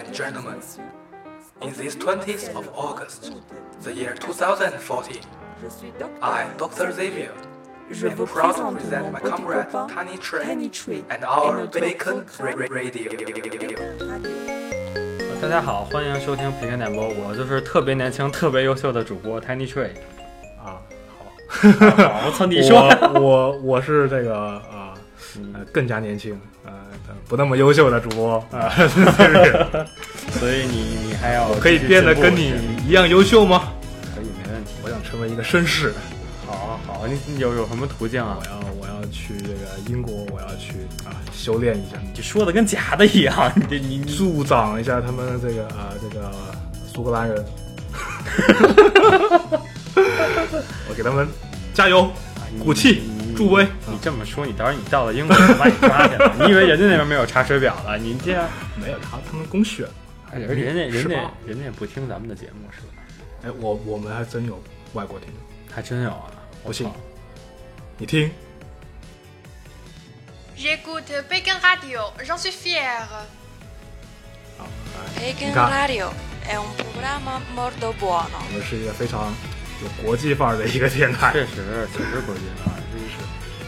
and gentlemen, in this 20th of August, the year 2014, I, Dr. Xavier, am proud to present my comrade Tiny Trey and our Bacon Radio. 大家好，欢迎收听培根点播，我就是特别年轻、特别优秀的主播 Tiny Trey。 好， 我操，你说我是这个更加年轻不那么优秀的主播所以你还要可以变得跟你一样优秀吗？ 可以，没问题。 我想成为一个绅士。 好，你有什么途径啊？ 我要去这个英国，我要去修炼一下。 你说的跟假的一样，你助长一下他们这个苏格兰人。我给他们加油，鼓气，助威。 你这么说，你到时候你到了英国把你抓去了。你以为人家那边没有查水表了？你这样没有查他们公选， 人家也不听咱们的节目是吧？ 我们还真有外国听众， 还真有啊！ 不信，你听。 J'écoute Bacon Radio, j'en suis fière. Bacon Radio è un programma molto buono. 我们是一个非常有国际范儿的一个电台， 确实国际范儿，真是。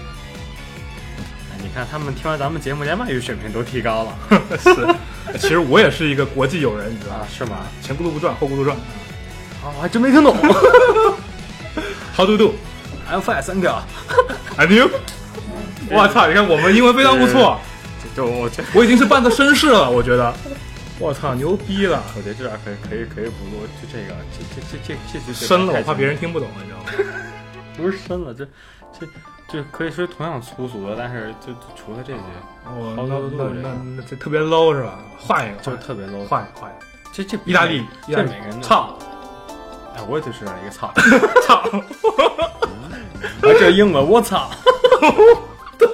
你看他们听完咱们节目，连外语水平都提高了。 是，其实我也是一一国际友人，你知道吗？ 是吗？ 前轱辘不转，后轱辘转。 我还真没听懂。 How do you do? I'm fine, thank you. And you? 我操！你看我们英文非常不错，我已经是半个绅士了，我觉得。我操，牛逼了！ 我觉得这样可以不录，就这个这深了，我怕别人听不懂，你知道吗？ 不是深了，这可以说同样粗俗的，但是就除了这些， 那这特别 low 是吧？换一个， 就是特别 low， 换一个。 这意大利这每个人操！ 我也就是一个操操！ 这英文我操！ 对，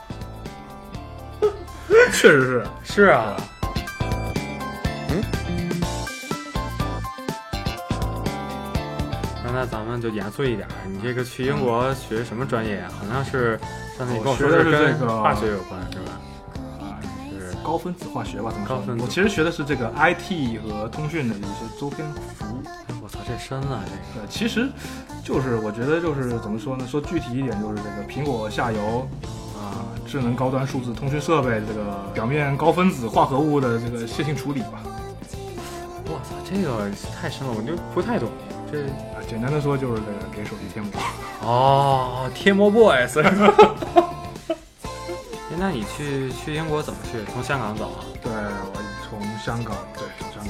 确实是啊。那咱们就严肃一点，你这个去英国学什么专业啊？好像是上次你跟我说是跟化学有关是吧？ 是高分子化学吧？怎么高分子？ 我其实学的是这个 IT 和通讯的一些周边服务。 我操，这深了这个。对，其实就是我觉得就是怎么说呢？说具体一点，就是这个苹果下游智能高端数字通讯设备这个表面高分子化合物的这个线性处理吧。 我操，这个太深了，我就不太懂。这简单的说就是这个给手机贴膜。 贴膜 boys。那你去英国怎么去？从香港走啊？ 对，我从香港飞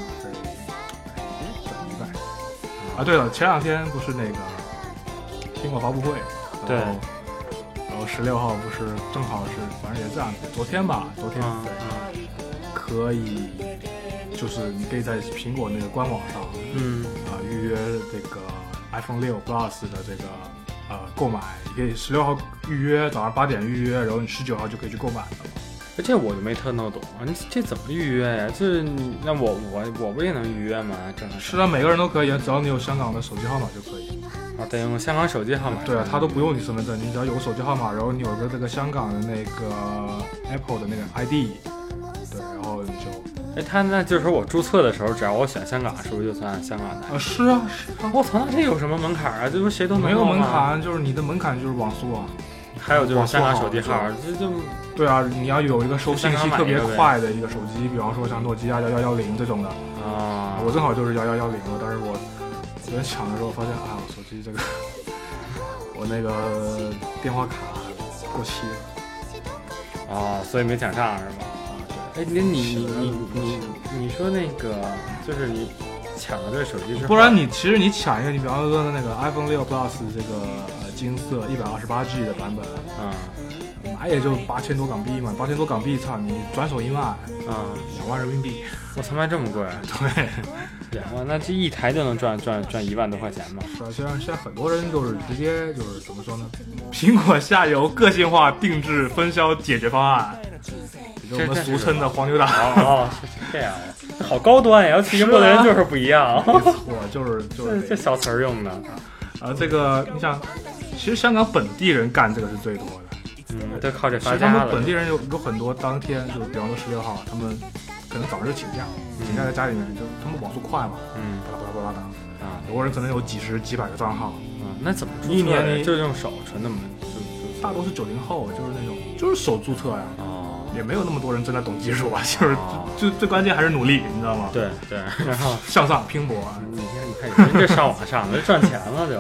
转迪拜。对了，前两天不是那个苹果发布会， 对， 然后16号不是正好是，反正也这样，昨天可以，就是你可以在苹果那个官网上，预约这个 iPhone 6 Plus 的这个购买，你可以16号预约，早上8点预约，然后你19号就可以去购买了。 这我就没特弄懂啊！你这怎么预约呀？就是你那我不也能预约吗？ 是啊，每个人都可以，只要你有香港的手机号码就可以。 得用香港手机号码。 对啊，他都不用你身份证，你只要有个手机号码，然后你有个这个香港的那个 Apple 的那个 ID， 对，然后你就。 他那就是说我注册的时候，只要我选香港，是不是就算香港的？ 是啊。 我操，那这有什么门槛啊？这不谁都能没有门槛，就是你的门槛就是网速啊。 还有就是香港手机号，就对啊，你要有一个收信息特别快的一个手机，比方说像诺基亚1110这种的我正好就是1110了，但是我昨天抢的时候发现我手机这个我那个电话卡过期了所以没抢上是吗？你说那个就是你抢了这个手机之后， 不然其实你抢一个，你比方说那个 iPhone 6 Plus 这个金色128G 的版本买也就8000多港币嘛，8000多港币，操，你转手1万2万人民币， 我操，卖这么贵？ 对 ，2万，那这一台就能赚1万多块钱嘛？ 是啊，现在很多人就是直接就是怎么说呢？苹果下游个性化定制分销解决方案，也就是我们俗称的黄牛党。 是这样，好高端呀！要去英国的人就是不一样。 没错，就是这小词儿用的。 这个你想，其实香港本地人干这个是最多的。 就靠这发家了。 其实他们本地人有很多，当天就比方说16号，他们可能早上就请假，请假在家里面就他们网速快嘛，巴拉巴拉巴拉的啊，有的人可能有几十几百个账号， 那怎么注册？ 一年就是用手纯的吗？ 大多是90后，就是那种就是手注册呀，也没有那么多人真的懂技术吧，就最关键还是努力，你知道吗？ 对，然后向上拼搏。 你看人这上网上的赚钱了就是，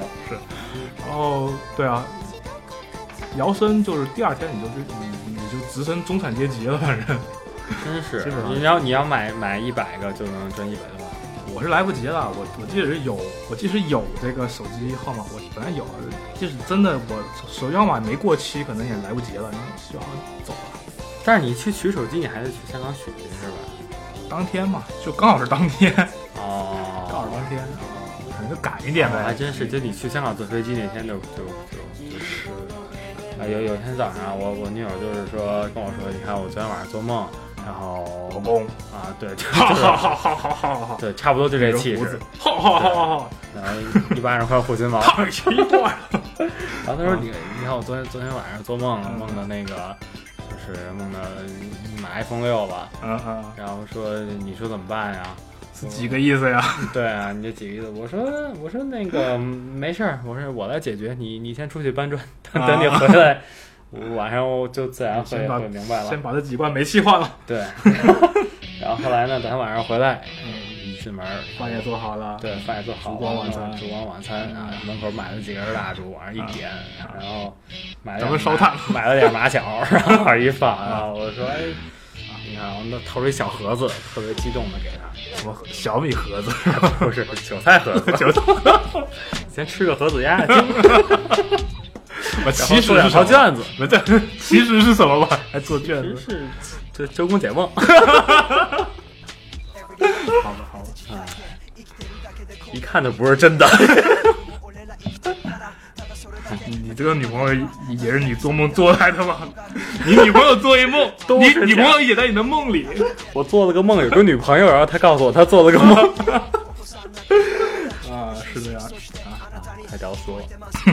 然后对啊，摇身就是第二天你就直升中产阶级了，反正真是，你要买100个就能赚100多万。 我是来不及了，我即使有这个手机号码，我本来有，即使真的我手机号码没过期，可能也来不及了，就要走了。 但是你去取手机，你还得去香港取去是吧？ 当天嘛，就刚好是当天。 哦， 刚好是当天，可能就赶一点呗。 还真是，就你去香港坐飞机那天就是有一天早上，我女友就是说跟我说，你看我昨天晚上做梦。然后老公啊，对， 好， 对，差不多就这气势， 好， 然后一巴掌块护心毛， 太奇怪了。 然后他说你看我昨天晚上做梦了，梦的那个就是梦的买 iPhone 6吧，然后说你说怎么办呀？ 几个意思呀？ 对啊，你这几个意思？我说那个没事儿，我来解决，你先出去搬砖，等你回来。我晚上我就自然会明白了， 先把这几罐煤气换了。 对，然后后来呢，等他晚上回来，一进门饭也做好了， 对，饭也做好了，烛光晚餐啊，门口买了几根蜡烛，往上一点，然后买了点马巧，然后往上一放，然后我说哎，你看我那掏出一小盒子，特别激动的给他， 什么小米盒子？ 不是韭菜盒子，先吃个盒子鸭。 我其实是套卷子， 其实是什么吧？还做卷子？ 是这周公解梦。 好吧， 一看就不是真的。 你这个女朋友也是你做梦做来的吗？你女朋友做一梦，你女朋友也在你的梦里。 我做了个梦，有个女朋友，然后她告诉我她做了个梦。 啊，是这样。 太屌丝了。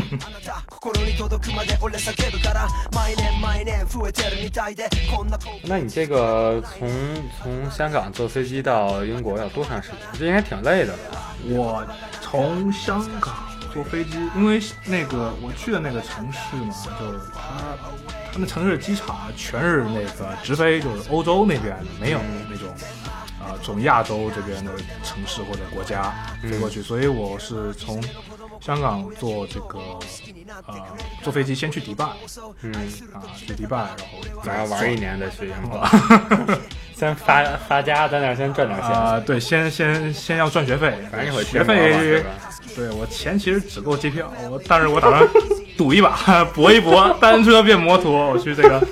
那你这个从香港坐飞机到英国要多长时间？这应该挺累的吧？ 我从香港坐飞机，因为那个我去的那个城市嘛，就是他那城市的机场全是那个直飞，就是欧洲那边的，没有那种从亚洲这边的城市或者国家飞过去，所以我是从香港坐这个坐飞机先去迪拜，去迪拜， 然后玩1年再去英国，先发家在那儿先赚点钱对，先要赚学费， 反正一会儿学费，对我钱其实只够机票，但是我打算赌一把，搏一搏，单车变摩托，我去这个。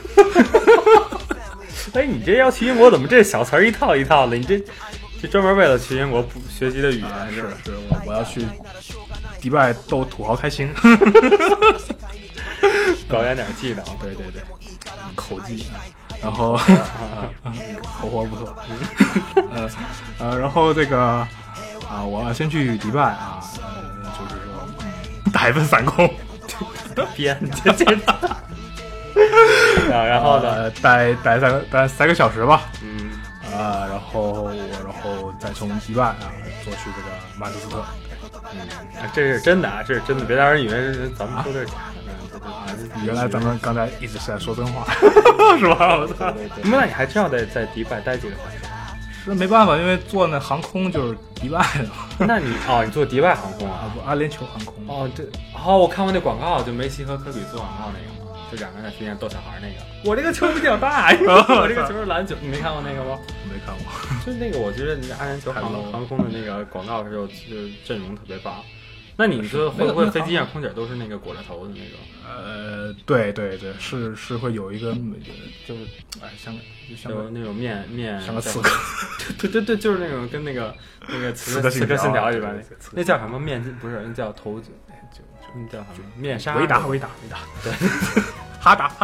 哎，你这要去英国，怎么这小词儿一套一套的？你这专门为了去英国学习的语言是我要去迪拜逗土豪开心， 搞点技能，对， 口技，然后口活不错，然后这个我要先去迪拜就是说打一份散工， 编这。然后呢， 待3个小时吧，然后再从迪拜坐去这个曼彻斯特， 这是真的啊，这是真的，别让人以为咱们说的是假的。 原来咱们刚才一直是在说真话，是吧？我操！ 那你还真要在迪拜待几个小时？ 是没办法，因为坐那航空就是迪拜的。 那你坐迪拜航空啊？ 不，阿联酋航空。 我看过那广告，就梅西和科比做广告那个。就2个人在飞机上逗小孩那个，我这个球比较大，我这个球是篮球，你没看过那个吗？ 没看过， 就那个，我觉得阿联酋航空的那个广告的时候，就阵容特别棒。那你说会不会飞机上空姐都是那个裹着头的那种？ 对，是会有一个，就是像那种面像个刺客， 对，就是那种跟那个刺客信条里边那叫什么面？不是，那叫头。那叫什么？面纱？ 维达，对，哈达。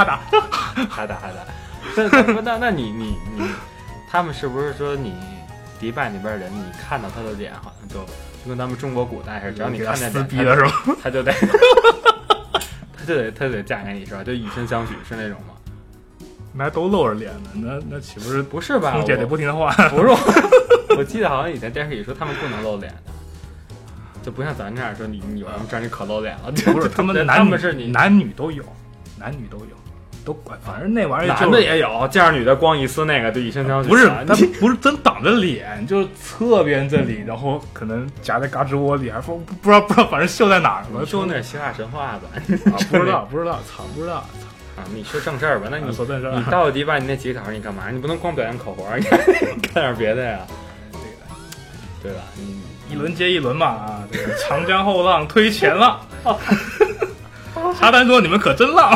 那你，他们是不是说你迪拜那边人，你看到他的脸好像就跟咱们中国古代似的，只要你看见脸，逼了是吧？ 他就得嫁给你是吧？就以身相许是那种吗？ 们还都露着脸呢，那岂不是不是吧？ 空姐得不停的换？ 不是，我记得好像以前电视里说他们不能露脸的，就不像咱这样说你有什么证你可露脸了。 不是，他们男女都有，都管，反正那玩意儿男的也有，这样女的光一丝那个就一身挑血。 不是，他不是真挡着脸，就是侧边这里，然后可能夹在胳肢窝里，还说不知道，反正绣在哪儿了。 说那是希腊神话吧？ 不知道，操，不知道。 啊，你说正事儿吧？那你说正事儿， 你到底把你那几个考试你干嘛？你不能光表演口活，你干点别的呀？对吧？ 一轮接一轮嘛啊！这个长江后浪推前浪，沙丹说你们可真浪。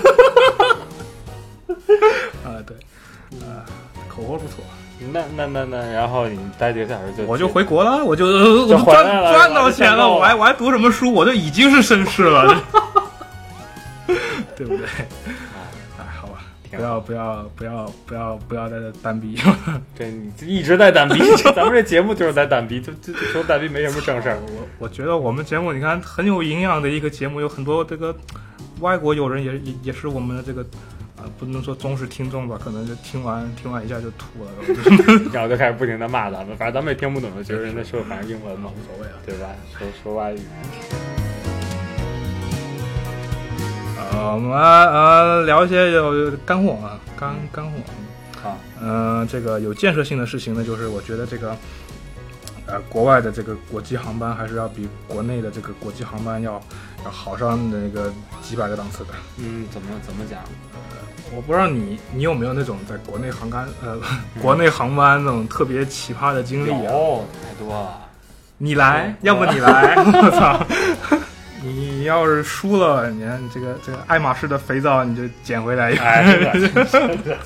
啊，对，口活不错。 那，然后你待几个小时我就回国了，我就赚到钱了，我还读什么书？我就已经是绅士了，对不对？好吧，不要再单逼。 对，你一直在单逼，咱们这节目就是在单逼，就说单逼没什么正事儿。 我觉得我们节目你看很有营养的一个节目，有很多这个外国友人也是我们的这个。不能说忠实听众吧，可能就听完一下就吐了， 然后就开始不停的骂咱们，反正咱们也听不懂，觉得人家说反正英文嘛， 无所谓了， 对吧？说外语。 我们聊一些有干货啊，干货。 好， 这个有建设性的事情呢，就是我觉得这个国外的这个国际航班还是要比国内的这个国际航班要好上那个几百个档次的。 怎么讲？ 我不知道你有没有那种在国内航班那种特别奇葩的经历啊？ 太多了。 你来，要不你来？我操！你要是输了，你看这个爱马仕的肥皂你就捡回来。 真的。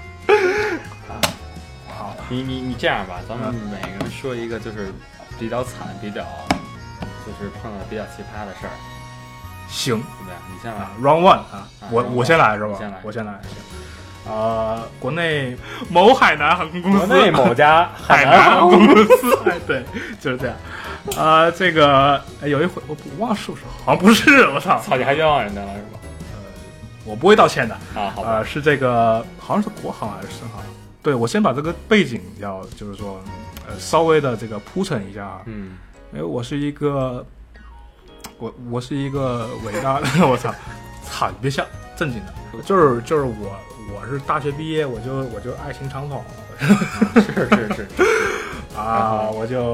好，你这样吧，咱们每个人说一个就是比较惨、就是碰到比较奇葩的事儿。 行， 对，你先来。 Round one 啊，我先来是吧？我先来。行。国内某海南航空公司， 国内某家海南航空公司，对，就是这样。这个有一回我忘了是不是，好像不是，我操， 你还冤枉人家了是吧？ 我不会道歉的啊。好是这个好像是国航还是深航？对，我先把这个背景就是说稍微的这个铺陈一下啊。因为我是一个伟大的，我操，你别笑，正经的，就是我是大学毕业，我就爱情长跑， 是啊，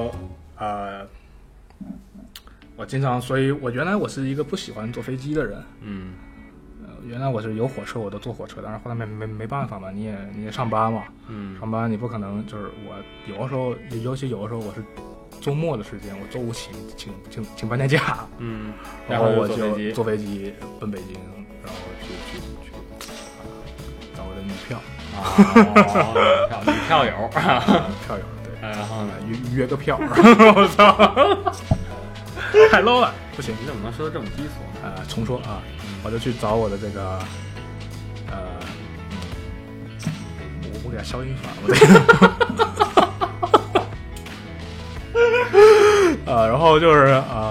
我经常，所以我原来我是一个不喜欢坐飞机的人，原来我是有火车我都坐火车，但是后来没办法嘛，你也上班嘛，上班你不可能就是我有的时候，尤其有的时候我是周末的时间，我周五请半天假，然后我就坐飞机奔北京，然后去找我的女票女票友， 票友对， 然后呢约个票，我操，太 low 了，不行， 你怎么能说的这么低俗呢？ 重说啊，我就去找我的这个我给他消音算了，我这个然后就是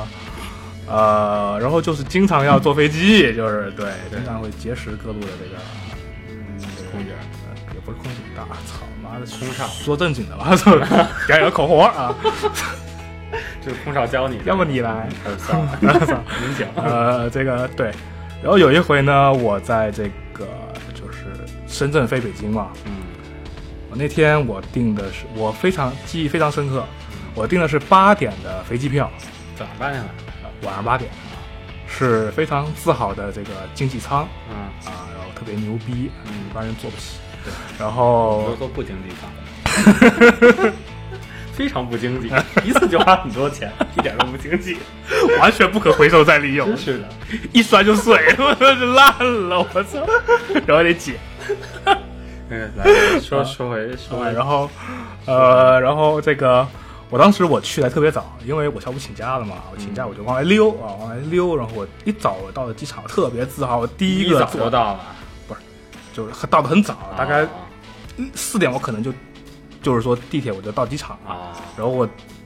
然后就是经常要坐飞机，就是对，经常会结识各路的这个空姐， 也不是空姐，大操妈的空少， 说正经的吧，点有口活啊， 就是空少教你， 要不你来， 算了，您讲， 这个对，然后有一回呢，我在这个就是深圳飞北京嘛，我那天我订的是我记忆非常深刻。我订的是8点的飞机票， 早上8点晚上8点，是非常自豪的这个经济舱，然后特别牛逼，一般人坐不起。对，然后都说不经济舱，非常不经济，一次就花很多钱，一点都不经济， 完全不可回收再利用。 是的， 一摔就碎，就烂了，我操！然后得解。 来说回， 然后这个。我当时我去的特别早，因为我下午请假了嘛，我请假我就往外溜，然后我一早我到了机场，特别自豪，我第一个早就到了， 不是，就是到的很早，大概4点我可能就是说地铁我就到机场然后我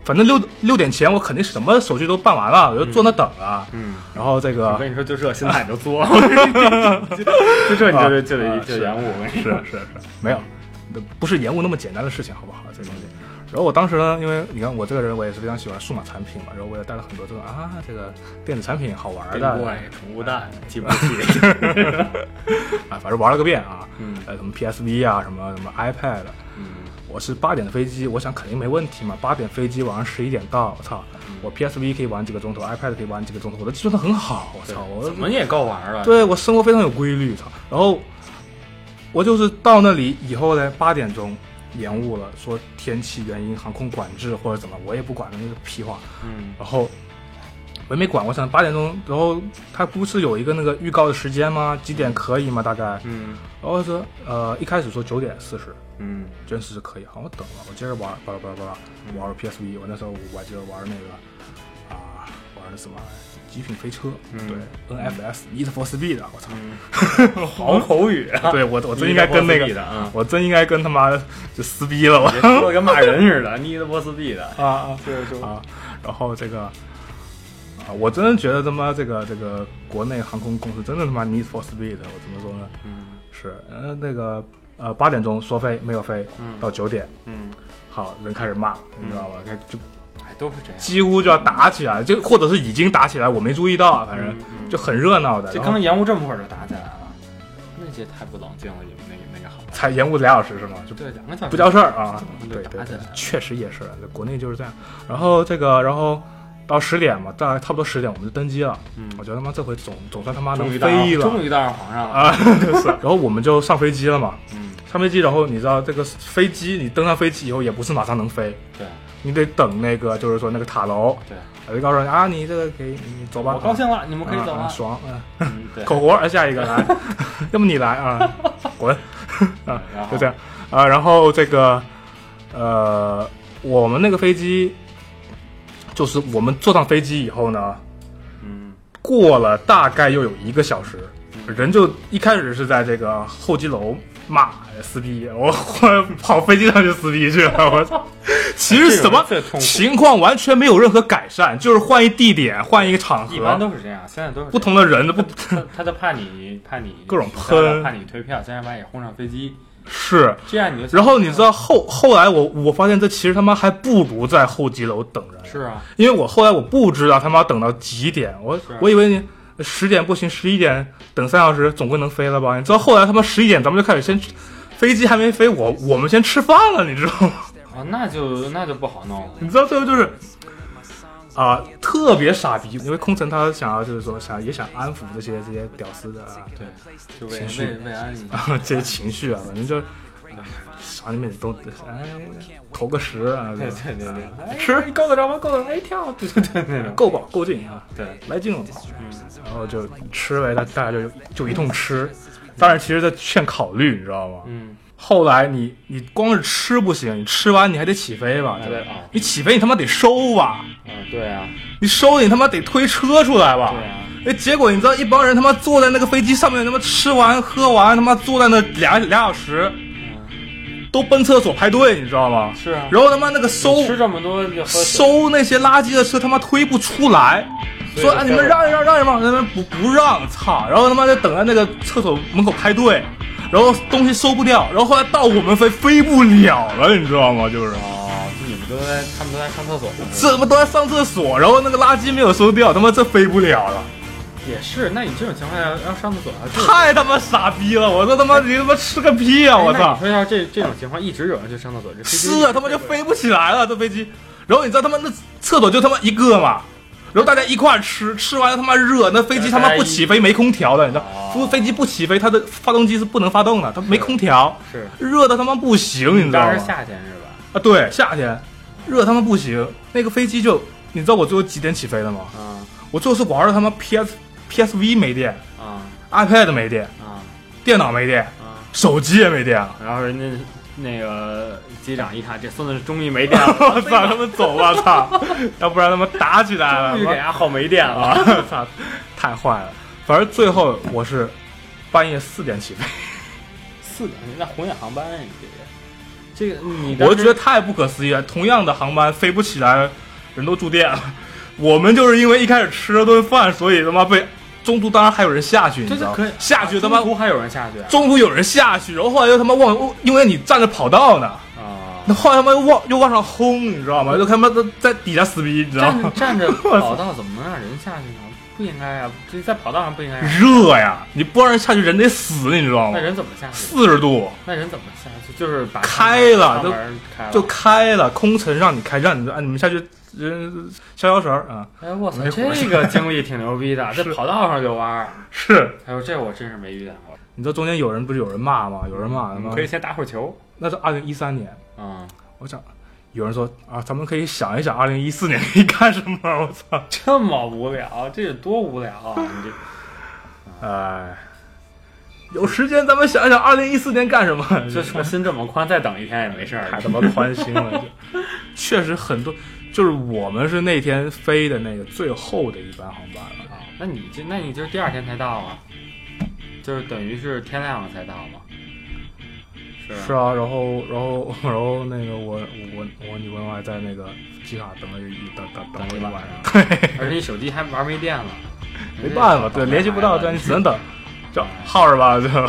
反正6点前我肯定什么手续都办完了，我就坐那等了。然后这个我跟你说，就这现在你就做，就这你就得延误。我跟你说， 是没有，不是延误那么简单的事情，好不好？这个东西。然后我当时呢，因为你看我这个人，我也是非常喜欢数码产品嘛，然后我也带了很多这种这个电子产品好玩的， 宠物蛋、计步器反正玩了个遍啊，什么 PSV 啊，什么 iPad，我是8点的飞机，我想肯定没问题嘛，8点飞机晚上11点到，我操，我 PSV 可以玩几个钟头 ，iPad 可以玩几个钟头，我的计算的很好，我操，我怎么也够玩了， 对我生活非常有规律，操，然后我就是到那里以后呢，8点钟。延误了，说天气原因、航空管制或者怎么，我也不管的那个屁话。然后我也没管，我想8点钟，然后他不是有一个那个预告的时间吗？几点可以吗？大概。然后说一开始说9点40，9点40可以，好，我等了，我接着玩，玩 PSV， 我那时候我还记得玩那个玩的什么极品飞车，对 ，NFS Need for Speed， 我操， 好口语啊！ 对我真应该跟那个，我真应该跟他妈就撕逼了，我说跟骂人似的，Need for Speed 然后这个我真的觉得他妈这个国内航空公司真的他妈 Need for Speed， 我怎么说呢？是那个8点钟说飞没有飞，到9点，好人开始骂，你知道吧？就。 都是这样， 几乎就要打起来，就或者是已经打起来，我没注意到，反正就很热闹的。 就刚延误这么会儿就打起来了，那些太不冷静了，那个好。 才延误2小时是吗？就对2个小时不叫事儿啊。对， 打起来确实也是，国内就是这样。然后到10点嘛，大概差不多10点我们就登机了。我觉得他妈这回总算他妈能飞了， 终于到上皇上了啊！是。然后我们就上飞机了嘛。上飞机，然后你知道这个飞机，你登上飞机以后也不是马上能飞。 对。 你得等那个，就是说那个塔楼， 对， 就告诉你你这个可以，你走吧。 我高兴了，你们可以走了， 爽，口活，下一个来，要么你来啊，滚，就这样然后这个我们那个飞机，就是我们坐上飞机以后呢，过了大概又有1个小时，人就一开始是在这个候机楼骂撕逼，我跑飞机上去撕逼去了，我操！其实什么情况完全没有任何改善，就是换一地点，换一个场合， 一般都是这样，现在都是不同的人的他就怕你各种喷， 怕你退票，先把你轰上飞机。 是这样你就， 然后你知道后来我发现这其实他妈还不如在候机楼等人。 是啊， 因为后来我不知道他妈等到几点，我以为你10点不行，11点等3小时总归能飞了吧？你知道后来他妈11点咱们就开始先飞机还没飞，我们先吃饭了，你知道吗？ 那就不好弄了。 你知道最后就是特别傻逼，因为空乘他想要就是说也想安抚这些屌丝的对，就情绪慰安你这些情绪反正就往里面都投个10 对， 吃够得着吗？够得着，跳，对那种够饱够劲对， 来劲了嘛。然后就吃呗，大家就一通吃。当然，其实在欠考虑，你知道吗？后来你光是吃不行，你吃完你还得起飞吧？对吧？你起飞你他妈得收吧？ 对啊， 你收你他妈得推车出来吧？ 对啊。 结果你知道一帮人他妈坐在那个飞机上面，他妈吃完喝完，他妈坐在那俩小时，都奔厕所排队，你知道吗？ 是啊。 然后他妈那个吃这么多收那些垃圾的车他妈推不出来，说你们让一让嘛，他们不让，操！然后他妈就等在那个厕所门口排队。然后东西收不掉，然后后来到我们飞不了了，你知道吗？就是你们他们都在上厕所， 怎么都在上厕所，然后那个垃圾没有收掉，他妈这飞不了了。 也是，那你这种情况下要上厕所太他妈傻逼了！我说他妈你他妈吃个屁啊！我操！ 你说要这种情况一直有人去上厕所，这是啊，他妈就飞不起来了这飞机。然后你知道他妈那厕所就他妈一个嘛。然后大家一块吃完了他妈热，那飞机他妈不起飞没空调的，你知道？飞机不起飞，它的发动机是不能发动的，它没空调， 是热的他妈不行，你知道吗？ 当时夏天是吧？ 对，夏天，热他妈不行。那个飞机就，你知道我最后几点起飞的吗？我最后是玩了他妈 PSV 没电，iPad 没电，电脑没电，手机也没电了。 然后人家那个机长一看，这孙子终于没电了， 我操，他们走吧，操！要不然他们打起来了， 终于给他耗没电了， 操，太坏了。反正最后我是半夜4点起飞 ，4点那红眼航班你这个这个我觉得太不可思议了。同样的航班飞不起来，人都住店了。我们就是因为一开始吃了顿饭，所以他妈被中途当然还有人下去，你知道吗？下去他妈中途还有人下去， 中途有人下去，然后后来又他妈因为你站着跑道呢。那后来他妈又往上轰，你知道吗？就他妈在底下撕逼，你知道吗？ 站着跑道怎么能让人下去呢？不应该啊！这在跑道上不应该。 热呀！你不让人下去，人得死，你知道吗？ 那人怎么下去 ？40度。 那人怎么下去？就是把开了，就开了，空乘让你开，让你们下去，人消绳啊！ 哎，我操，这个经历挺牛逼的，在跑道上就玩。 是。 哎呦，这我真是没遇到过。 你知道中间有人骂吗？有人骂吗？ 可以先打会儿球。 那是2013年。我想有人说啊，咱们可以想一想2014年可以干什么。我操， 这么无聊，这有多无聊啊！你这，哎，有时间咱们想一想2014年干什么。 这创新这么宽，再等一天也没事儿， 太他妈宽心了。确实很多，就是我们是那天飞的那个最后的一班航班了啊。 那你就是第2天才到啊？就是等于是天亮了才到吗？ 是啊，然后那个我女朋友还在那个机场等了一晚上， 而且你手机还玩没电了， 没办法，对，联系不到，对，你只能等，就耗着吧，就，就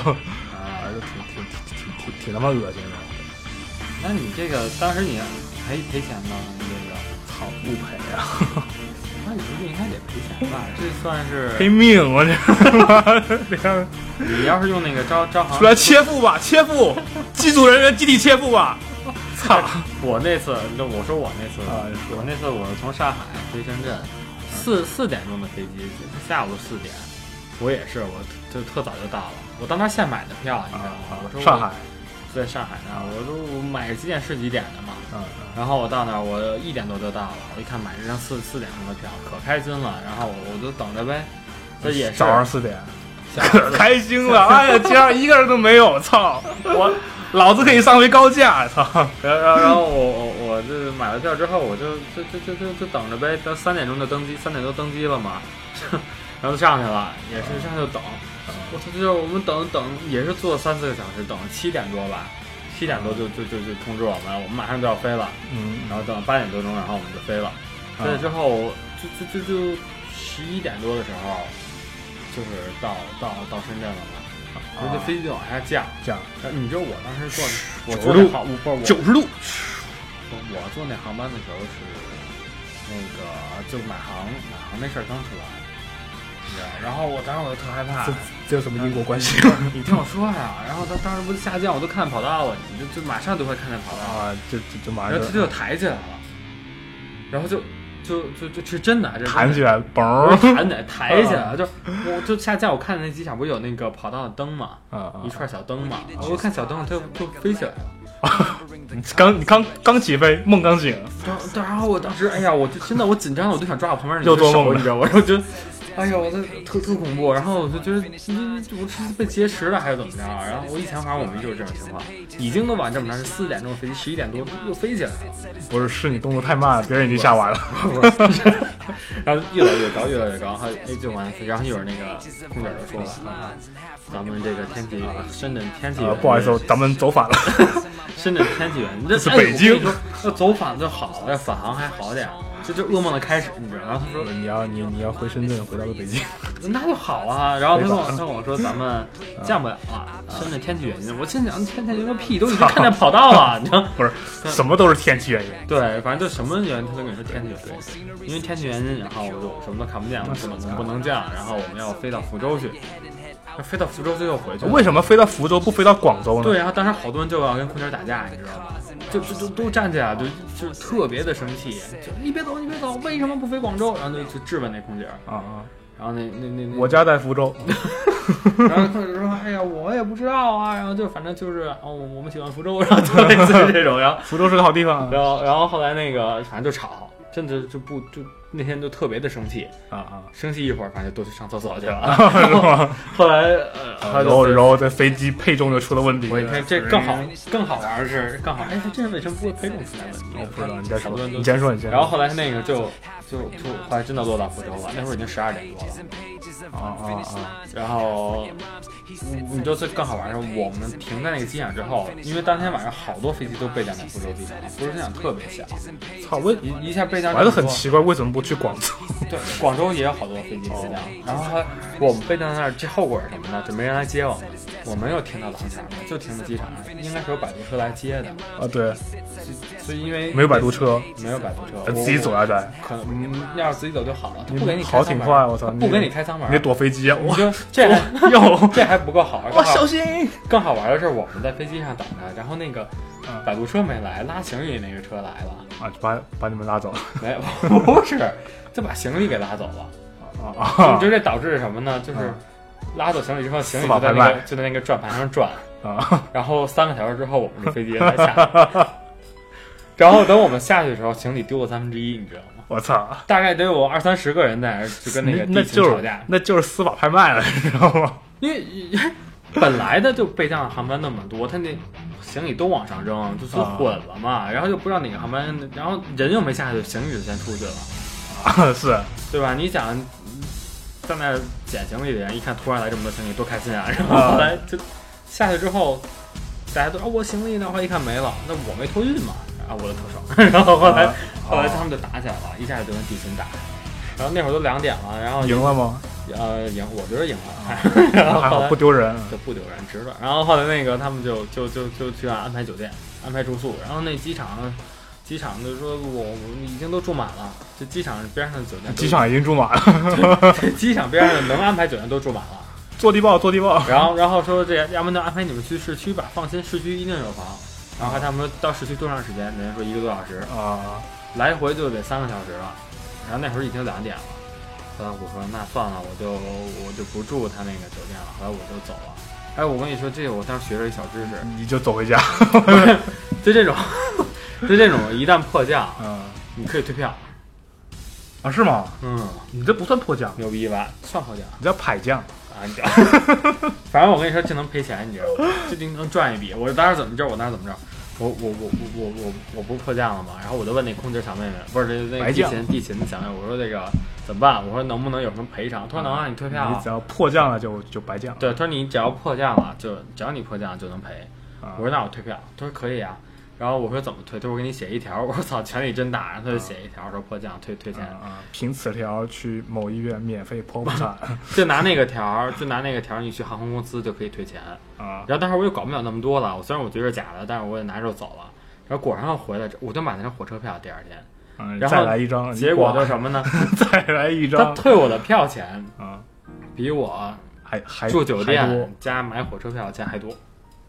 挺他妈恶心的。 那你这个当时你赔钱吗？你这个操，不赔啊！ 那你不应该得赔钱吧？这算是赔命，我这。 你要是用那个招行出来切腹吧，切腹，机组人员集体切腹吧！操！ 我那次，我说我那次我是从上海飞深圳，4点钟的飞机，下午4点，我也是，我就特早就到了，我当时现买的票，你知道吗？我说上海， 在上海那儿，我买个几点是几点的嘛，然后我到那儿，我1点多就到了，我一看买这张4点钟的票，可开心了，然后我就等着呗，这也是早上4点。可开心了！哎呀，街上一个人都没有，操！老子可以上回高架，操！ 然后我这买了票之后，我就等着呗，到3点钟就登机，3点多登机了嘛，然后就上去了，也是上去就等。我操，就是我们等也是坐3-4个小时，等了7点多吧，7点多就通知我们马上就要飞了，然后等8点多钟，然后我们就飞了。飞了之后就11点多的时候。就是到深圳了嘛，那这飞机就往下降。你知道我当时坐 90度， 我坐那航班的时候是那个就马航那事儿刚出来，你知道？然后我当时我就特害怕， 这有什么因果关系？ 你听我说呀，然后他当时不是下降，我都看见跑道了，你就马上就会看见跑道啊，就马上， 然后就抬起来了，然后就是真的， 弹起来，嘣， 抬起来，我就下降，我看那机场不是有那个跑道的灯嘛，一串小灯嘛，我看小灯它就飞起来了。 你刚起飞，梦刚醒。 然后我当时，哎呀，我就真的我紧张了，我就想抓我旁边那只手， 你知道吗？我就。哎呦，我特恐怖，然后我就觉得我是被劫持了还是怎么着？然后我以前反正我们就是这种情况，已经都晚这么长，是4点钟飞机，11点多又飞起来了。 不是你动作太慢了，别人已经下完了。 然后越来越高，就完了。然后一会儿那个空姐就说了，咱们这个天气，深圳天气， 不好意思，咱们走反了。 深圳天气这是北京， 要走反就好，要返航还好点。就噩梦的开始，你知道？然后他说你要回深圳，回到了北京， 那就好啊。然后他跟我说咱们降不了了，深圳天气原因。我心想天气原因个屁，都已经看见跑道了，你知道？ 不是，什么都是天气原因。 对，反正就什么原因，他都跟你说天气原因，因为天气原因，然后我就什么都看不见了，不能降，然后我们要飞到福州去。飞到福州就又回去了。 为什么飞到福州不飞到广州呢？ 对，然后当时好多人就要跟空姐打架，你知道吗？就都站起来，就特别的生气，就你别走，为什么不飞广州？然后就质问那空姐然后那我家在福州， 然后空姐说：“哎呀，我也不知道啊。”然后就反正就是我们喜欢福州，然后就类似于这种，然后福州是个好地方。 然后后来那个反正就吵，真的就那天就特别的生气生气一会儿，反正就都去上厕所去了。后来然后在飞机配重就出了问题。 我一看这更好玩的是这人为什么不会配重出来问题？ 我不知道，你再说，你先说。 然后后来那个就后来真的落到福州了，那会儿已经12点多了。然后你知道最更好玩的是，我们停在那个机场之后，因为当天晚上好多飞机都备降在福州机场，福州机场特别小。 操，我一下备降， 我还是很奇怪，为什么不去广州？ 对，广州也有好多飞机备降。然后我们备降在那儿，这后果是什么呢？就没人来接我们，我没有停到廊下，就停在机场上，应该是有摆渡车来接的。 对。 所以因为没有摆渡车，自己走下来。 可能要是自己走就好了，不给你好挺快，我操！ 不给你开舱门， 你得躲飞机啊！ 我说这还不够好， 哇，小心！ 更好玩的是我们在飞机上等着，然后那个摆渡车没来，拉行李那个车来了就把你们拉走了。 没有，不是，就把行李给拉走了。就这导致什么呢？就是拉走行李之后，行李就在那个转盘上转然后3个小时之后，我们这飞机才下来。然后等我们下去的时候，行李丢了1/3，你知道吗？ 我操！ 大概得有20-30个人在那儿，就跟那个地勤吵架。 那就是司法拍卖了，你知道吗？ 因为本来的就备降的航班那么多，他那行李都往上扔，就说混了嘛。然后又不知道哪个航班，然后人又没下去，行李就先出去了。 是， 对吧？你想在那捡行李的人一看突然来这么多行李，多开心啊！然后后来就下去之后，大家都我行李呢，后来一看没了，那我没托运嘛。我的特首，然后后来他们就打起来了，一下就跟地勤打，然后那会儿都2点了，然后赢了吗？ 赢，我觉得赢了，然后还好不丢人， 就不丢人，值了。然后后来那个他们就去安排酒店，安排住宿，然后那机场就说我已经都住满了，就机场边上的酒店， 机场已经住满了， 机场边上能安排酒店都住满了， 坐地报， 然后说这要不就安排你们去市区吧，放心，市区一定有房。然后他们说到市区多长时间？人家说1个多小时来回就得3个小时了。然后那会儿已经2点了。后来我说那算了，我就不住他那个酒店了。后来我就走了。我跟你说，这个我当时学了一小知识， 你就走回家。 就这种一旦迫降，你可以退票。 是吗？你这不算迫降， 牛逼吧？算迫降， 你叫排降。 反正我跟你说，这能赔钱，你知道吗？这能赚一笔。我当时怎么着？我不是迫降了吗？然后我就问那空姐小妹妹，不是那个地勤的小妹妹，我说这个怎么办？我说能不能有什么赔偿？她说能啊，你退票。 你只要迫降了就白降。 对，她说你只要迫降了，只要你迫降就能赔。我说那我退票。她说可以啊。然后我说怎么退？他说我给你写一条。我说操，权力真大。然后他就写一条说迫降退钱。 凭此条去某医院免费剖腹产。 就拿那个条，你去航空公司就可以退钱然后当时我又搞不了那么多了，虽然我觉得是假的，但是我也拿着走了。然后果然要回来，我就买那张火车票，第2天。然后再来一张， 结果就什么呢？ 再来一张。 他退我的票钱比我还住酒店加买火车票钱还多。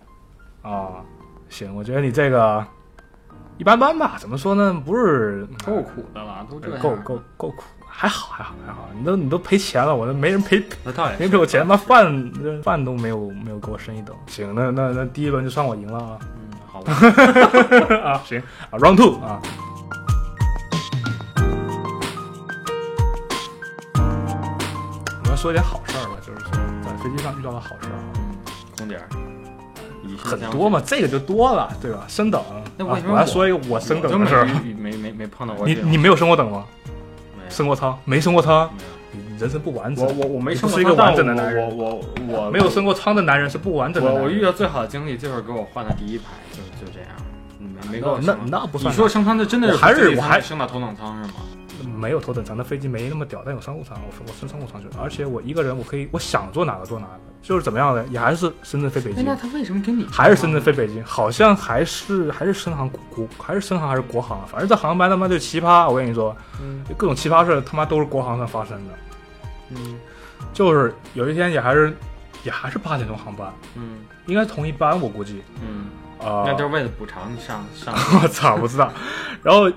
行，我觉得你这个一般般吧，怎么说呢？不是够苦的了，都这样。 够苦，还好。你都赔钱了，我都没人赔，没赔我钱，他妈饭都没有给我生一等。行，那第1轮就算我赢了啊。 好吧。 行，Round 2啊。我要说一点好事吧，就是说在飞机上遇到的好事空姐。 很多嘛，这个就多了，对吧？升等， 那为什么我还说一个我升等的事儿， 没碰到过。 你没有升过等吗？升过舱？没升过舱？你人生不完整。 我没升过舱， 是一个完整的男人。 我没有升过舱的男人是不完整的。 我遇到最好的经历就是给我换到第1排，就这样，没给我那不算。 你说升舱就真的是我还升到头等舱是吗？ 没有头等舱的飞机没那么屌，但有商务舱，我升商务舱去了，而且我一个人我想坐哪个坐哪个，就是怎么样的，也还是深圳飞北京。 那他为什么跟你还是深圳飞北京？好像还是深航还是国航，反正这航班他妈就奇葩，我跟你说，各种奇葩事他妈都是国航上发生的。就是有一天也还是8点钟航班，应该是同一班我估计， 那就是为了补偿你上。 我操，不知道。然后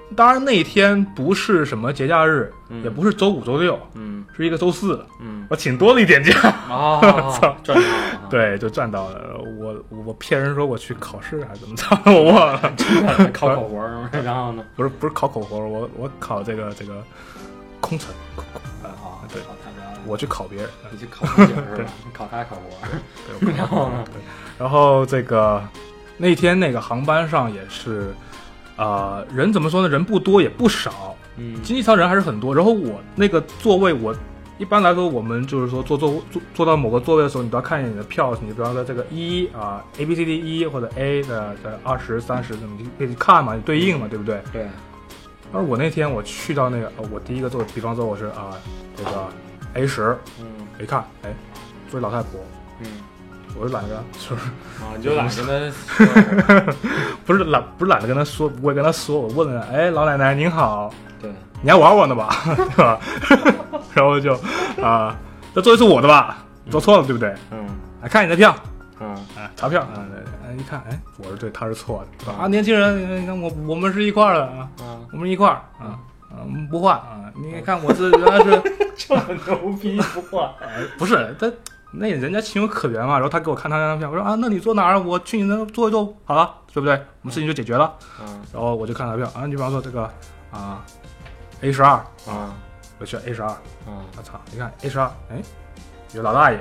当然那一天不是什么节假日，也不是周5、周6，是一个周4，我请多了一点假。 赚到了。 对，就赚到了。我骗人说我去考试还是怎么着，我忘了。 考口活，然后呢？ 不是考口活，我考这个空乘。对，我去考别人， 你去考空姐是吧？你考他考活。 对，然后呢？对，然后这个那天那个航班上也是。人怎么说呢？人不多也不少，经济舱人还是很多。然后我那个座位，我一般来说我们就是说坐到某个座位的时候，你都要看一眼你的票，你比方说这个A B C D 1或者 A 的20、30，你可以看嘛，你对应嘛，对不对？ 对。 而我那天我去到那个，我第一个座，比方说我是这个 A10，一看，坐一老太婆，我就懒得就是你就懒得跟他不是懒得跟他说，不会跟他说。我问了，老奶奶您好， 对， 你还玩我呢吧，对吧？然后就这座位是我的吧？做错了对不对？来看你的票，查票，一看，我是对，他是错的，对吧？年轻人，你看我们是一块的我们一块不换你看我这原来是这么牛逼不换， 不是他。那人家情有可原嘛，然后他给我看他那张票，我说那你坐哪儿？我去你那坐一坐，好了，对不对？我们事情就解决了。然后我就看他票你比方说这个A12我去 A12 我操，你看 A12 有老大爷，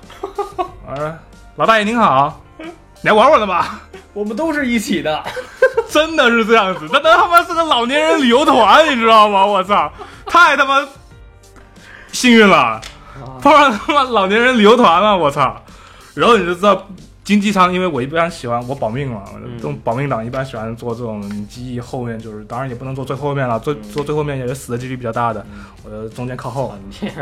老大爷您好，你还玩我呢吧？ 我们都是一起的， 真的是这样子，那他妈是个老年人旅游团，你知道吗？我操，太他妈幸运了。碰上他妈老年人旅游团了，我操！然后你就知道经济舱，因为我一般喜欢我保命嘛，这种保命党一般喜欢坐这种机翼后面，就是当然也不能坐最后面了，坐最后面也是死的几率比较大的，我中间靠后。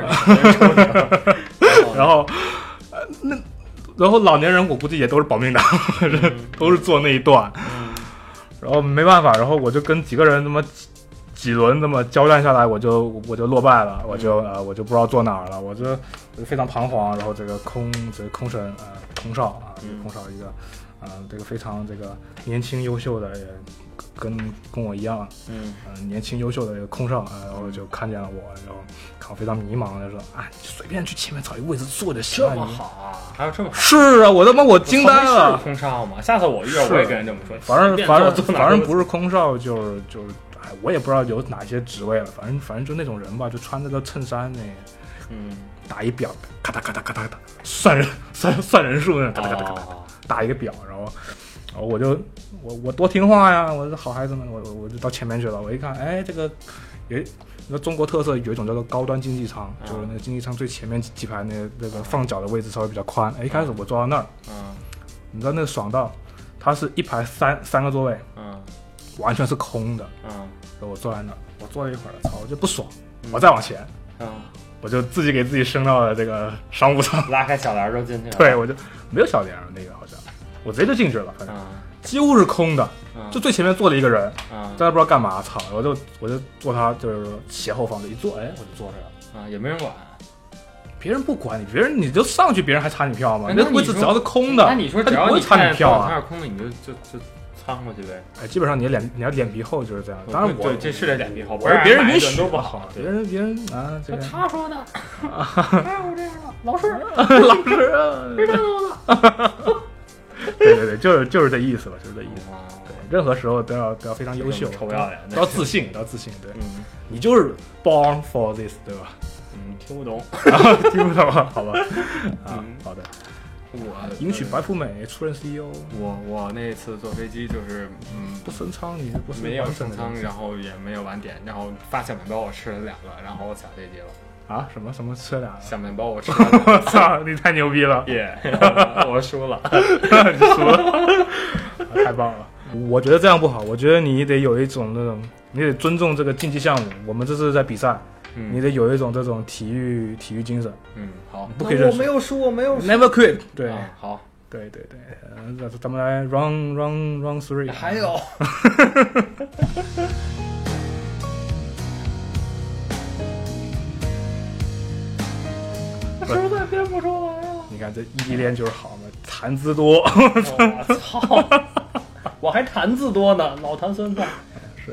然后老年人我估计也都是保命党，都是坐那一段，然后没办法，然后我就跟几个人那么。几轮这么交战下来，我就落败了，我就不知道坐哪儿了，我就非常彷徨。然后这个空乘空少空少一个这个非常这个年轻优秀的，也跟我一样年轻优秀的一个空少然后就看见了我，然后看我非常迷茫的说随便去前面找一个位置坐就行了。 这么好还有这么好？ 是啊，我惊呆了。 是空少吗？下次我遇到我也跟人这么说。 反正不是空少就是我也不知道有哪些职位了，反正就那种人吧，就穿这个衬衫打一表，咔嗒咔嗒咔嗒咔嗒，算人数呢，咔嗒咔嗒咔嗒打一个表，然后我多听话呀，我是好孩子们，我就到前面去了。我一看，这个那中国特色有一种叫做高端经济舱，就是那个经济舱最前面几排那个放脚的位置稍微比较宽。一开始我坐到那儿，你知道那个爽到，它是一排三个座位，完全是空的，然后我坐在那儿，我坐了一会儿，操，我就不爽，我再往前，我就自己给自己升到了这个商务舱， 拉开小帘就进去了。 对，我就没有小帘，那个好像我直接就进去了，反正几乎是空的，就最前面坐了一个人，但是不知道干嘛，操，我就坐他就是斜后方的一坐，我就坐这了，也没人管。 别人不管你，别人你就上去，别人还查你票吗？那位置只要是空的， 那你说只要你查你票啊， 它是空的，你就穿过去呗。 基本上你要脸皮厚就是这样。当然对，这是得脸皮厚， 不是别人允许都不好。 别人这个他说的，哪有这样的？老师别这样的。 对，就是这意思吧，就是这意思。对，任何时候都要非常优秀， 臭不要脸， 都要自信，对，你就是 born for this， 对吧？ 听不懂， 听不懂，好吧？好的。我迎娶白富美，出任 CEO。 我那次坐飞机就是不升舱，你不是没有升舱，然后也没有晚点，然后发小面包我吃了2个，然后我下飞机了。 什么吃了2个？ 小面包我吃了2个。 我操，你太牛逼了！ 我输了， 你输了，太棒了！我觉得这样不好，我觉得你得有一种那种，你得尊重这个竞技项目。我们这是在比赛。你得有一种这种体育精神。 好， 不可以认输。 我没有输 ，Never quit。对， 好， 对，咱们来 round 3。 还有，实在编不出来啊！ 你看这异地恋就是好嘛，谈资多。 我操！我还谈字多呢，老谈酸菜。 是，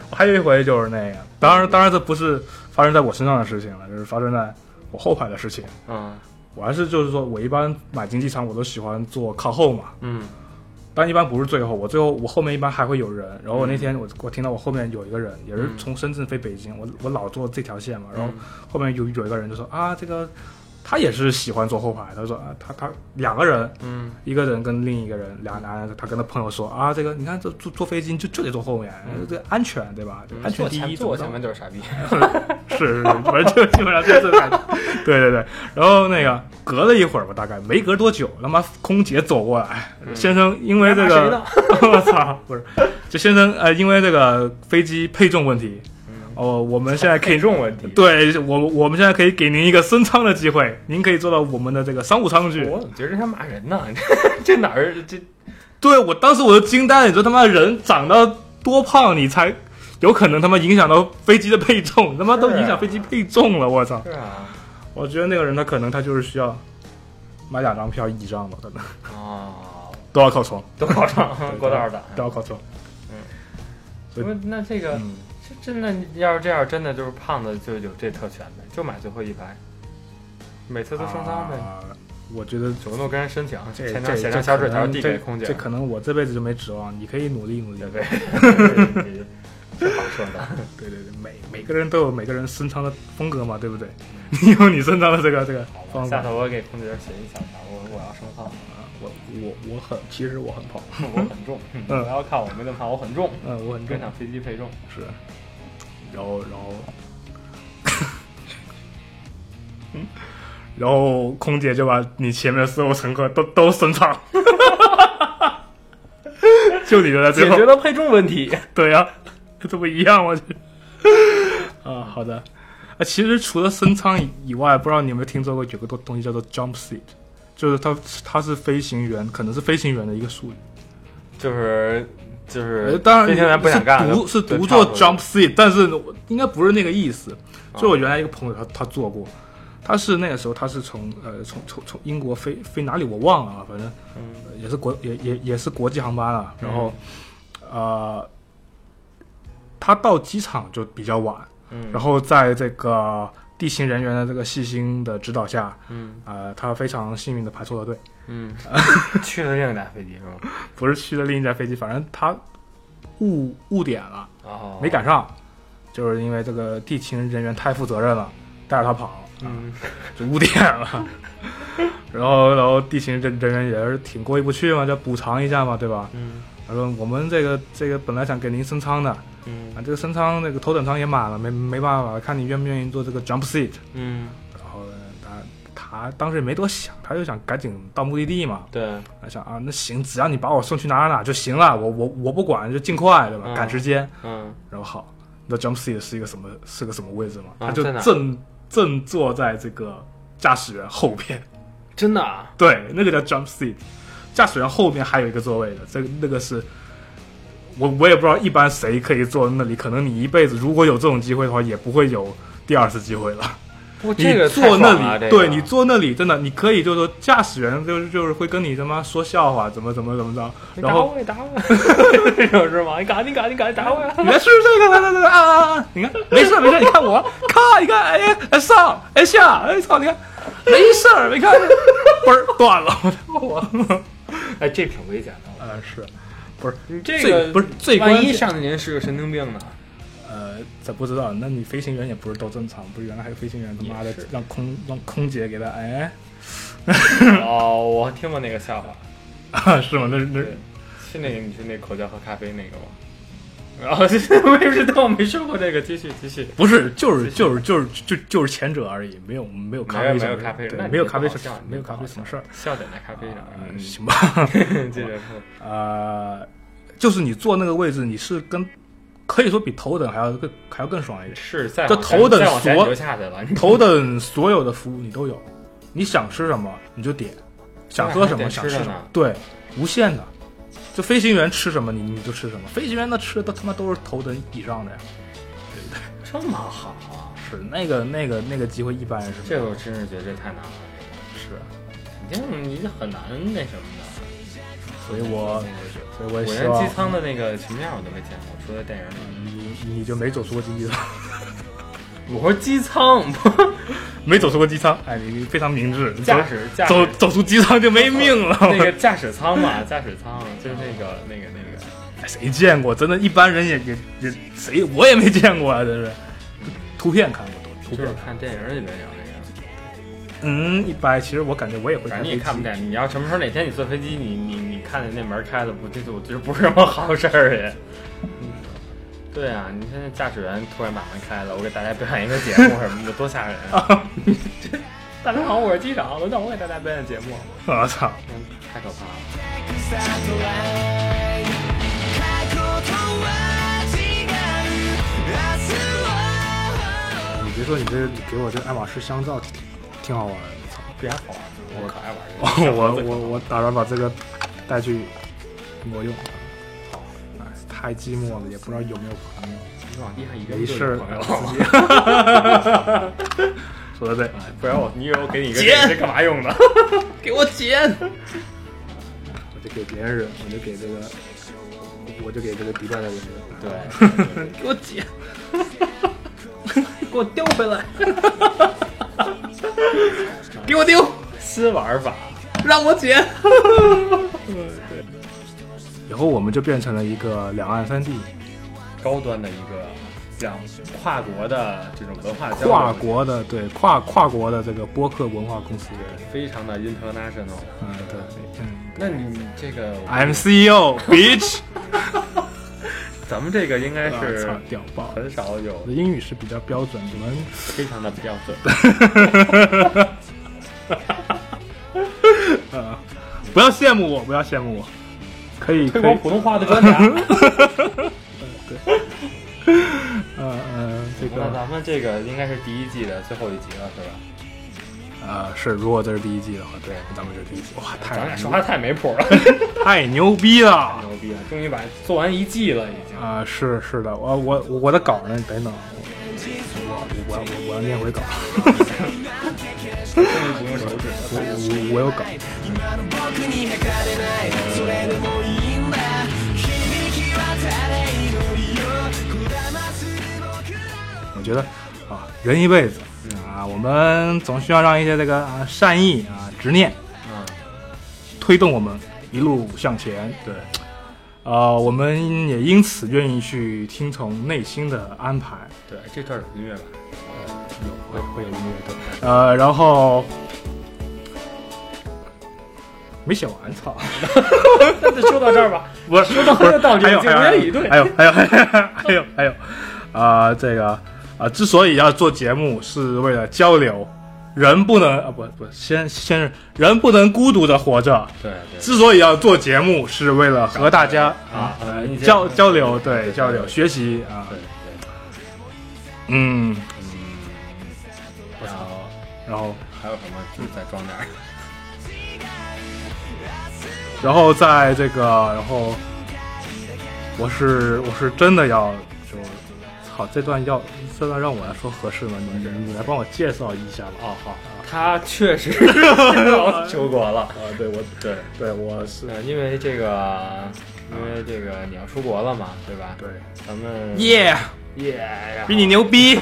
还有一回就是那个，当然这不是发生在我身上的事情了，就是发生在我后排的事情。我还是就是说我一般买经济舱我都喜欢坐靠后嘛。但一般不是最后，我后面一般还会有人。然后我那天我听到我后面有一个人，也是从深圳飞北京，我老坐这条线嘛。然后后面有一个人就说啊，这个他也是喜欢坐后排。他说啊，他两个人，一个人跟另一个人，俩男人，他跟他朋友说啊，这个你看这坐飞机就得坐后面，这个安全对吧？安全第一， 坐前面就是傻逼。 是，反正就基本上就是这感觉。对。然后那个隔了一会儿吧，大概没隔多久，他妈空姐走过来，先生，因为这个，我操，不是，就先生因为这个飞机配重问题。我们现在可以配重问题， 对我们现在可以给您一个升舱的机会，您可以坐到我们的这个商务舱去。 我怎么觉得他骂人呢？这哪儿这？ 对，我当时我就惊呆了，你说他妈人长到多胖，你才有可能他妈影响到飞机的配重，他妈都影响飞机配重了，我操！ 是啊， 我觉得那个人他可能他就是需要买2张票1张吧，可能都要靠窗， 过道的都要靠窗。 那这个。真的要是这样，真的就是胖子就有这特权呗，就买最后一排，每次都升舱呗。 我觉得主动跟人申请，前面写张小纸条递给空姐。 这可能我这辈子就没指望，你可以努力。 对，是好说的。 对，每个人都有每个人升舱的风格嘛，对不对？你有你升舱的这个方法。 下头我给空姐写一小条，我要升舱。 其实我很胖， 我很重。不要看我没那么胖，我很重。 我很重。 跟上飞机配重是。然后空姐就把你前面的所有乘客都升舱，就你的最后解决了配重问题。 对呀，这不一样吗？好的。其实除了升舱以外，不知道你有没有听说过有个东西叫做 jump seat， 就是它是飞行员，可能是飞行员的一个术语，就是当然飞行员不想干是读作 jump seat， 但是应该不是那个意思。就我原来一个朋友他做过，他是那个时候他是从英国飞哪里我忘了，反正也是国际航班了。然后他到机场就比较晚，然后在这个地勤人员的这个细心的指导下，他非常幸运的排错了队。 去了另一架飞机是吗？ 不是去了另一架飞机，反正他误点了，没赶上，就是因为这个地勤人员太负责任了，带着他跑，就误点了。然后地勤人员也是挺过意不去嘛，就补偿一下嘛，对吧？他说我们这个本来想给您升舱的，这个升舱那个头等舱也满了，没办法，看你愿不愿意做这个 jump seat。然后他当时也没多想，他就想赶紧到目的地嘛。 对， 他想啊，那行，只要你把我送去哪就行了，我不管，就尽快，对吧？赶时间。然后好，那 jump seat 是个什么位置嘛？他就正坐在这个驾驶员后边。 真的啊？ 对，那个叫 jump seat。驾驶员后面还有一个座位的，那个是我也不知道一般谁可以坐那里，可能你一辈子如果有这种机会的话，也不会有第二次机会了。 这个你坐那里， 这个、 对，你坐那里真的，你可以就是说驾驶员就是会跟你他妈说笑话，怎么着，然后打我，这种是吗？你赶紧打我呀！ 你看是这个啊！你看没事，你看我，咔，你看哎上哎下哎操，你看没事，没看嘣儿断了， 我这挺危险的。 是，不是你这个不是最万一上的人是个神经病呢？ 这不知道，那你飞行员也不是都正常，不是原来还有飞行员他妈的让空姐给他我听过那个笑话是吗？那是那个你是那口交和咖啡那个吗？然后我也不知道，我没说过这个，继续。 不是，就是前者而已，没有咖啡， 没有咖啡， 没有咖啡没有咖啡什么事儿， 笑点在咖啡上， 行吧？ 接着说， 就是你坐那个位置，你是可以说比头等还要更爽一点。 是，在头等头等所有的服务你都有，你想吃什么你就点，想喝什么想吃什么，对，无限的。就飞行员吃什么你就吃什么，飞行员那吃的他妈都是头等以上的呀，对不对？ 这么好啊！ 是那个机会一般人是。 这个我真是觉得这太难了。 是， 你很难那什么的。 所以我也希连望机舱的那个什么样我都没见过，除了电影里。 你就没走出过经济舱。 我说机舱没走出过机舱，哎，你非常明智。走出机舱就没命了。 那个驾驶舱嘛，驾驶舱就是那个， 谁见过？真的，一般人也谁我也没见过啊，这是图片看过，图片看电影里面有那个。一般其实我感觉我也会看， 你也看不见。你要什么时候哪天你坐飞机，你看见那门开了，这不是什么好事儿也。对啊，你现在驾驶员突然把门开了，我给大家表演一个节目什么的，多吓人啊！大家好，我是机长，轮到我给大家表演节目。 我操， 太可怕了！ 你别说，你给我这爱马仕香皂挺好玩的，操， 别好玩，我可爱玩这个。 我打算把这个带去挪用。太寂寞了，也不知道有没有朋友。 你往地上一扔， 没事，说的对， 不然你以为我给你一个这干嘛用的？给我捡！ 我就给别人，我就给这个迪拜的人。 对，给我捡，给我丢回来，给我丢，新玩法，让我捡。 对。以后我们就变成了一个两岸三地高端的一个讲跨国的这种文化交流， 跨国的这个播客文化公司， 非常的 international。 对， 那你这个 I'm CEO bitch 咱们这个应该是屌爆， 很少有。 英语是比较标准，你们非常的标准。 不要羡慕我。可以推广普通话的专家。 对，这个那咱们这个应该是第一季的最后一集了，是吧？是，如果这是第一季的话，对，咱们这是第一季。哇， 咱俩说话太没谱了， 太牛逼了， 终于做完一季了，已经。 是的，我的稿呢？等等，我要念回稿。 终于不用手指， 我有稿。我觉得人一辈子我们总需要让一些这个善意执念推动我们一路向前。对，我们也因此愿意去听从内心的安排。 对，这段有音乐吧？ 会有音乐的。然后没写完，操！ 那就说到这儿吧。 我说到这道理，敬言以对。 还有，这个之所以要做节目，是为了交流。人不能先是人不能孤独的活着。 对。 之所以要做节目，是为了和大家交流，对，交流学习啊。 对。 然后还有什么？就再装点。 然后在这个，然后我是真的要就操这段让我来说合适吗？你来帮我介绍一下吧。 好，他确实出国了。 对，我是因为这个你要出国了嘛，对吧？ 对， 咱们耶，比你牛逼。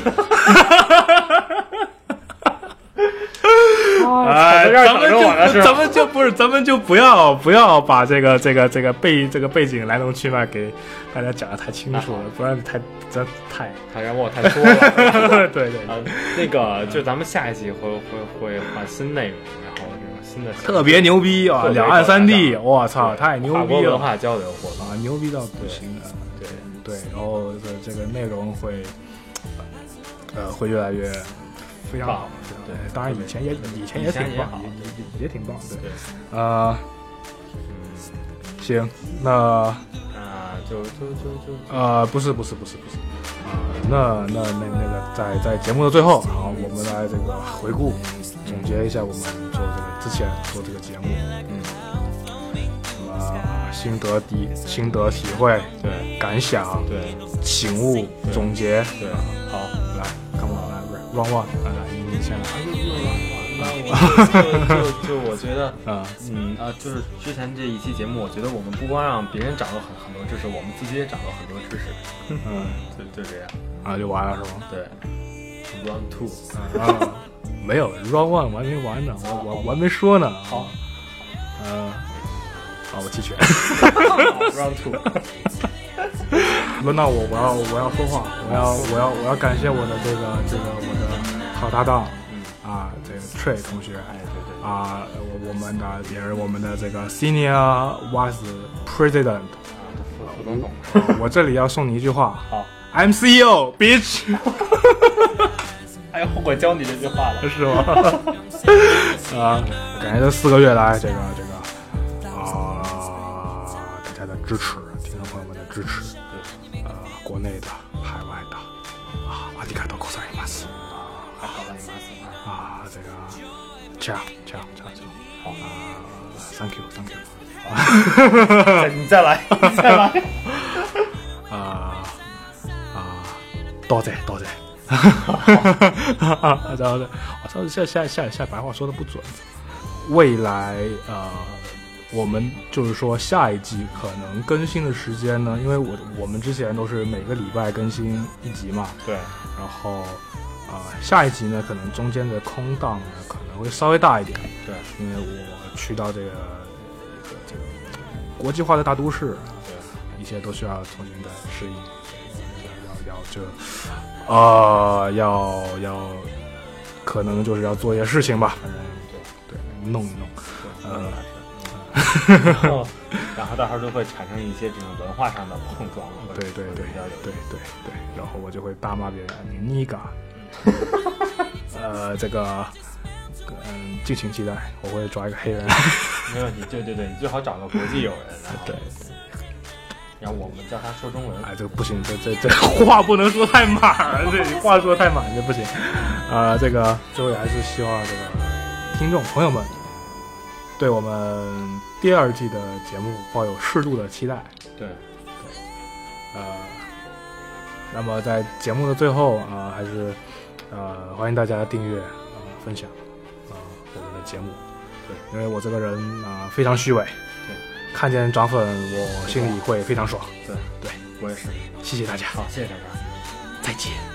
咱们就不要把这个背景来龙去脉给大家讲的太清楚了，不然太让我太多了。 对， 那个就咱们下一期会换新内容，然后这个新的特别牛逼啊！两岸三地，我操，太牛逼了！ 文化交流活动牛逼到不行的。对，然后这个内容会越来越非常好。对，当然以前也挺棒，也挺棒。对，行，那不是那个在节目的最后，然后我们来这个回顾总结一下我们做这个之前做这个节目，心得体会， 对， 感想， 对， 醒悟，总结， 对， 好，来，看我来，不是 round one，来，你先来。 就我觉得，就是之前这一期节目，我觉得我们不光让别人掌握很多知识，我们自己也掌握很多知识。就这样啊，就完了是吗？ 对 ，Round 2 啊，没有 Round 1我还没完呢，我还没说呢。 好， 我弃权。 Round 2。 轮到我要说话，我要感谢我的这个我的好搭档，这个 Trey 同学，我们的也是我们的这个 Senior Vice President， 副总统。 我这里要送你一句话， 好 ，I'm CEO bitch。 哎呦，我教你这句话了， 是吗？感谢这4个月来这个大家的支持，听众朋友们的支持。国内的、海外的，阿迪卡多口塞伊马斯，这个，这样，好，thank you， 你再来， 多谢，然后我操，下白话说的不准，未来我们就是说下一季可能更新的时间呢，因为我们之前都是每个礼拜更新1集嘛， 对， 然后下一集呢可能中间的空档呢可能会稍微大一点， 对， 因为我去到这个国际化的大都市，对，一切都需要重新的适应，要可能就是要做一些事情吧，反正对，弄一弄， 然后到时候就会产生一些这种文化上的碰撞， 对，然后我就会大骂别人你尼嘎，这个敬请期待，我会抓一个黑人， 没问题，对，你最好找个国际友人， 对， 然后我们叫他说中文， 这个不行，这话不能说太满，这话说太满就不行，这个最后还是希望这个听众朋友们对我们第2季的节目抱有适度的期待。 对， 那么在节目的最后还是欢迎大家订阅分享我们的节目。对，因为我这个人非常虚伪， 对， 看见涨粉我心里会非常爽。 对，我也是。 谢谢大家。 好，谢谢大家， 再见。